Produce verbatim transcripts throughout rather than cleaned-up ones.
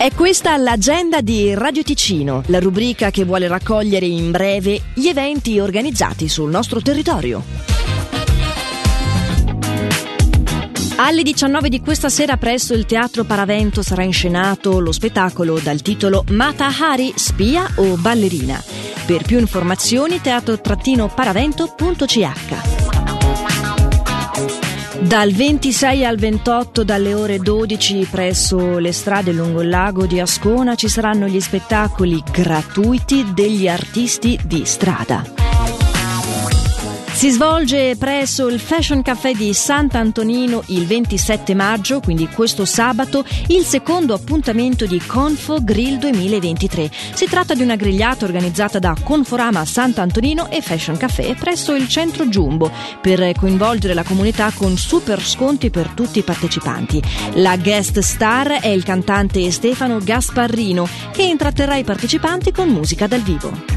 È questa l'agenda di Radio Ticino, la rubrica che vuole raccogliere in breve gli eventi organizzati sul nostro territorio. Alle diciannove di questa sera presso il Teatro Paravento sarà inscenato lo spettacolo dal titolo Mata Hari, spia o ballerina. Per più informazioni teatro paravento punto c h. Dal ventisei al ventotto, dalle ore dodici, presso le strade lungo il lago di Ascona ci saranno gli spettacoli gratuiti degli artisti di strada. Si svolge presso il Fashion Café di Sant'Antonino il ventisette maggio, quindi questo sabato, il secondo appuntamento di Confo Grill duemilaventitré. Si tratta di una grigliata organizzata da Conforama Sant'Antonino e Fashion Café presso il centro Jumbo per coinvolgere la comunità con super sconti per tutti i partecipanti. La guest star è il cantante Stefano Gasparrino, che intratterrà i partecipanti con musica dal vivo.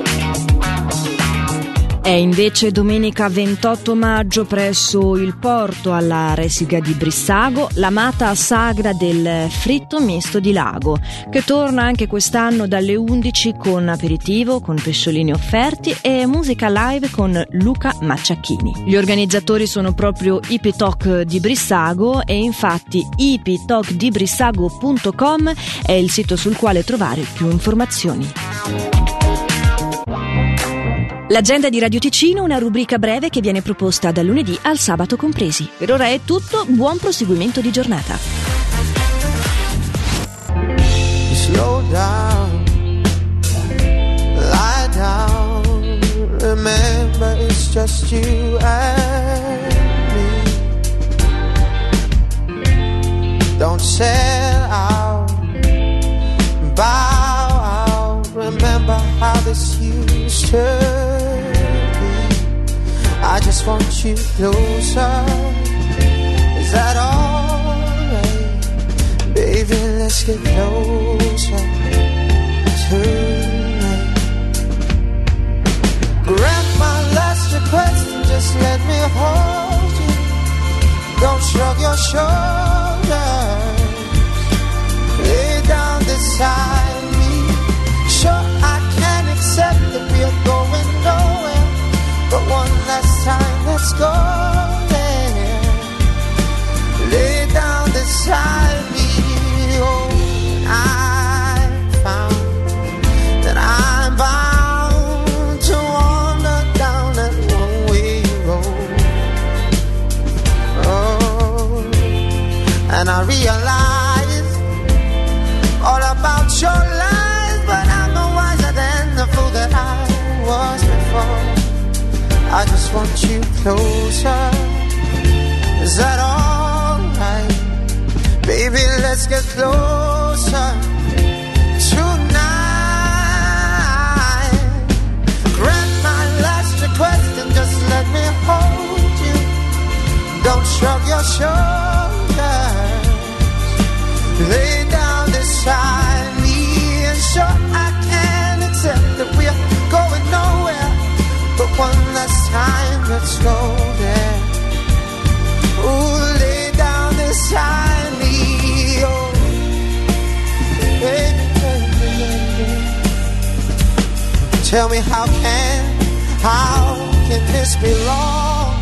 È invece domenica ventotto maggio presso il porto alla Resiga di Brissago l'amata sagra del fritto misto di lago, che torna anche quest'anno dalle undici con aperitivo, con pesciolini offerti e musica live con Luca Macciacchini. Gli organizzatori sono proprio Ipi Talk di Brissago e infatti ipi talk di brissago punto com è il sito sul quale trovare più informazioni. L'agenda di Radio Ticino, una rubrica breve che viene proposta dal lunedì al sabato compresi. Per ora è tutto, buon proseguimento di giornata. Slow down, lie down, remember it's just you and me. Don't sell out, bow out, remember how this used to. I just want you closer. Is that alright? Baby, let's get closer tonight. Grant my last request and just let me hold you. Don't shrug your shoulders. Lay down beside me. Sure, I can accept that we're going nowhere, but one last time, let's go there. Lay down beside me. Oh, I found that I'm bound to wander down that one-way road. Oh, and I realize all about your lies, but I'm no wiser than the fool that I was before. I just want you closer. Is that alright? Baby, let's get closer tonight. Grant my last request and just let me hold you. Don't shrug your shoulders. Lay down beside me, and sure I can accept that we're going nowhere, but one last time, let's go there. Ooh, lay down beside me. Oh, baby, baby, baby. Tell me how can, how can this be wrong?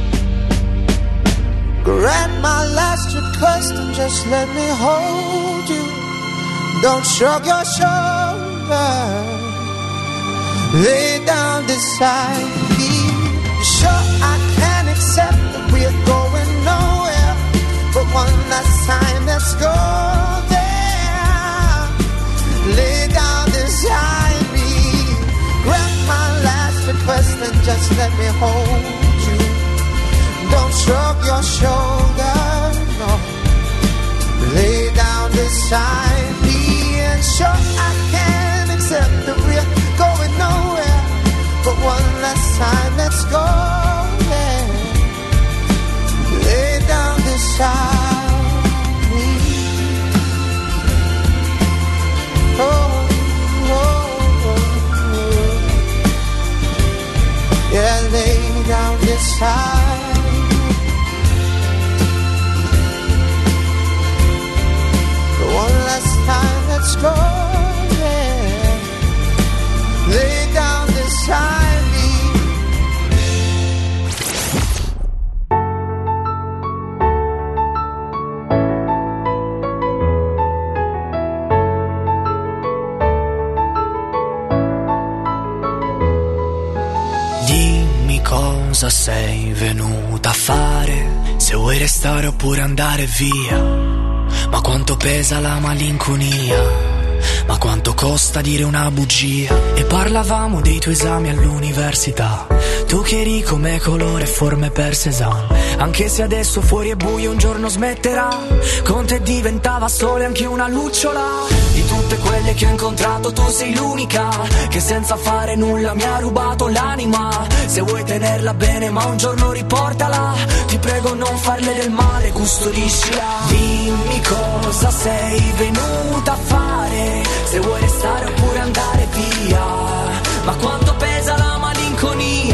Grant my last request and just let me hold you. Don't shrug your shoulders. Lay down beside me. Sure, I can accept that we're going nowhere, but one last time, let's go there. Lay down beside me. Grant my last request and just let me hold you. Don't shrug your shoulders, no. Lay down beside me, and sure I can accept that we're going nowhere, but one last time, let's go there. Lay down beside me. Oh, oh, oh, oh. Yeah, lay down beside me. One last time. cosa sei venuta a fare, se vuoi restare oppure andare via. Ma quanto pesa la malinconia, ma quanto costa dire una bugia. E parlavamo dei tuoi esami all'università, tu che eri come colore e forme per Cézanne. Anche se adesso fuori è buio un giorno smetterà, con te diventava sole anche una lucciola. Di tutte quelle che ho incontrato tu sei l'unica che senza fare nulla mi ha rubato l'anima. Se vuoi tenerla bene ma un giorno riportala, ti prego non farle del male, custodiscila. Dimmi cosa sei venuta a fare, se vuoi restare oppure andare via. Ma quanto pesa la malinconia,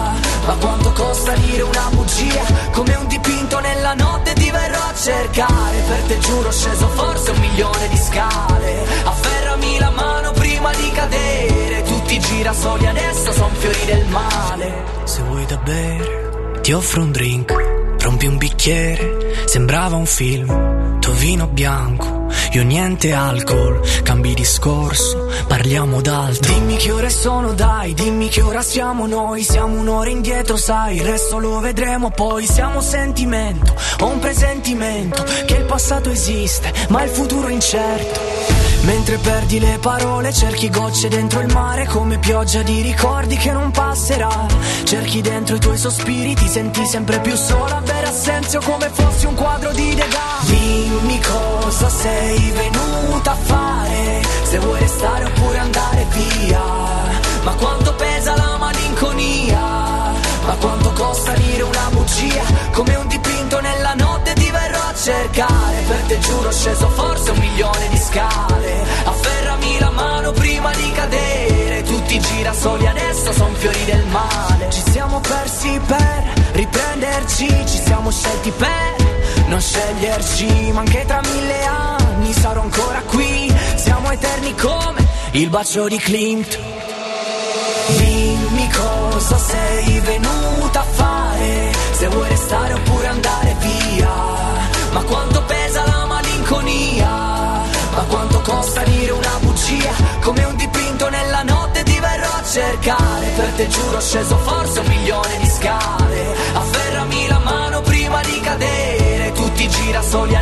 ma quanto costa dire una bugia. Come un dipinto nella notte ti verrò a cercare, per te giuro ho sceso forse un milione di scale. Afferrami la mano prima di cadere, tutti i girasoli adesso son fiori del male. Se vuoi da bere ti offro un drink, rompi un bicchiere, sembrava un film, tuo vino bianco, io niente alcol, cambi discorso, parliamo d'altro. Dimmi che ore sono dai, dimmi che ora siamo noi, siamo un'ora indietro sai, il resto lo vedremo poi. Siamo sentimento, ho un presentimento, che il passato esiste, ma il futuro è incerto. Mentre perdi le parole cerchi gocce dentro il mare, come pioggia di ricordi che non passerà. Cerchi dentro i tuoi sospiri, ti senti sempre più sola, bere assenzio come fossi un quadro di Degas. Dimmi cosa sei venuta a fare, se vuoi restare oppure andare via. Ma quanto pesa la malinconia, ma quanto costa dire una bugia. Come un dipinto nella notte ti verrò a cercare, per te giuro ho sceso forse un milione di scale. Afferrami la mano prima di cadere, tutti i girasoli adesso son fiori del male. Ci siamo persi per riprenderci, ci siamo scelti per non sceglierci. Ma anche tra mille anni sarò ancora qui, siamo eterni come il bacio di Clint. Dimmi cosa sei venuta a fare, se vuoi restare oppure andare via. Ma quanto pesa la malinconia, ma quanto costa dire una bugia. Come un dipinto nella notte ti verrò a cercare, per te giuro ho sceso forse un milione di scale. Afferrami la mano prima di cadere, tutti i girasoli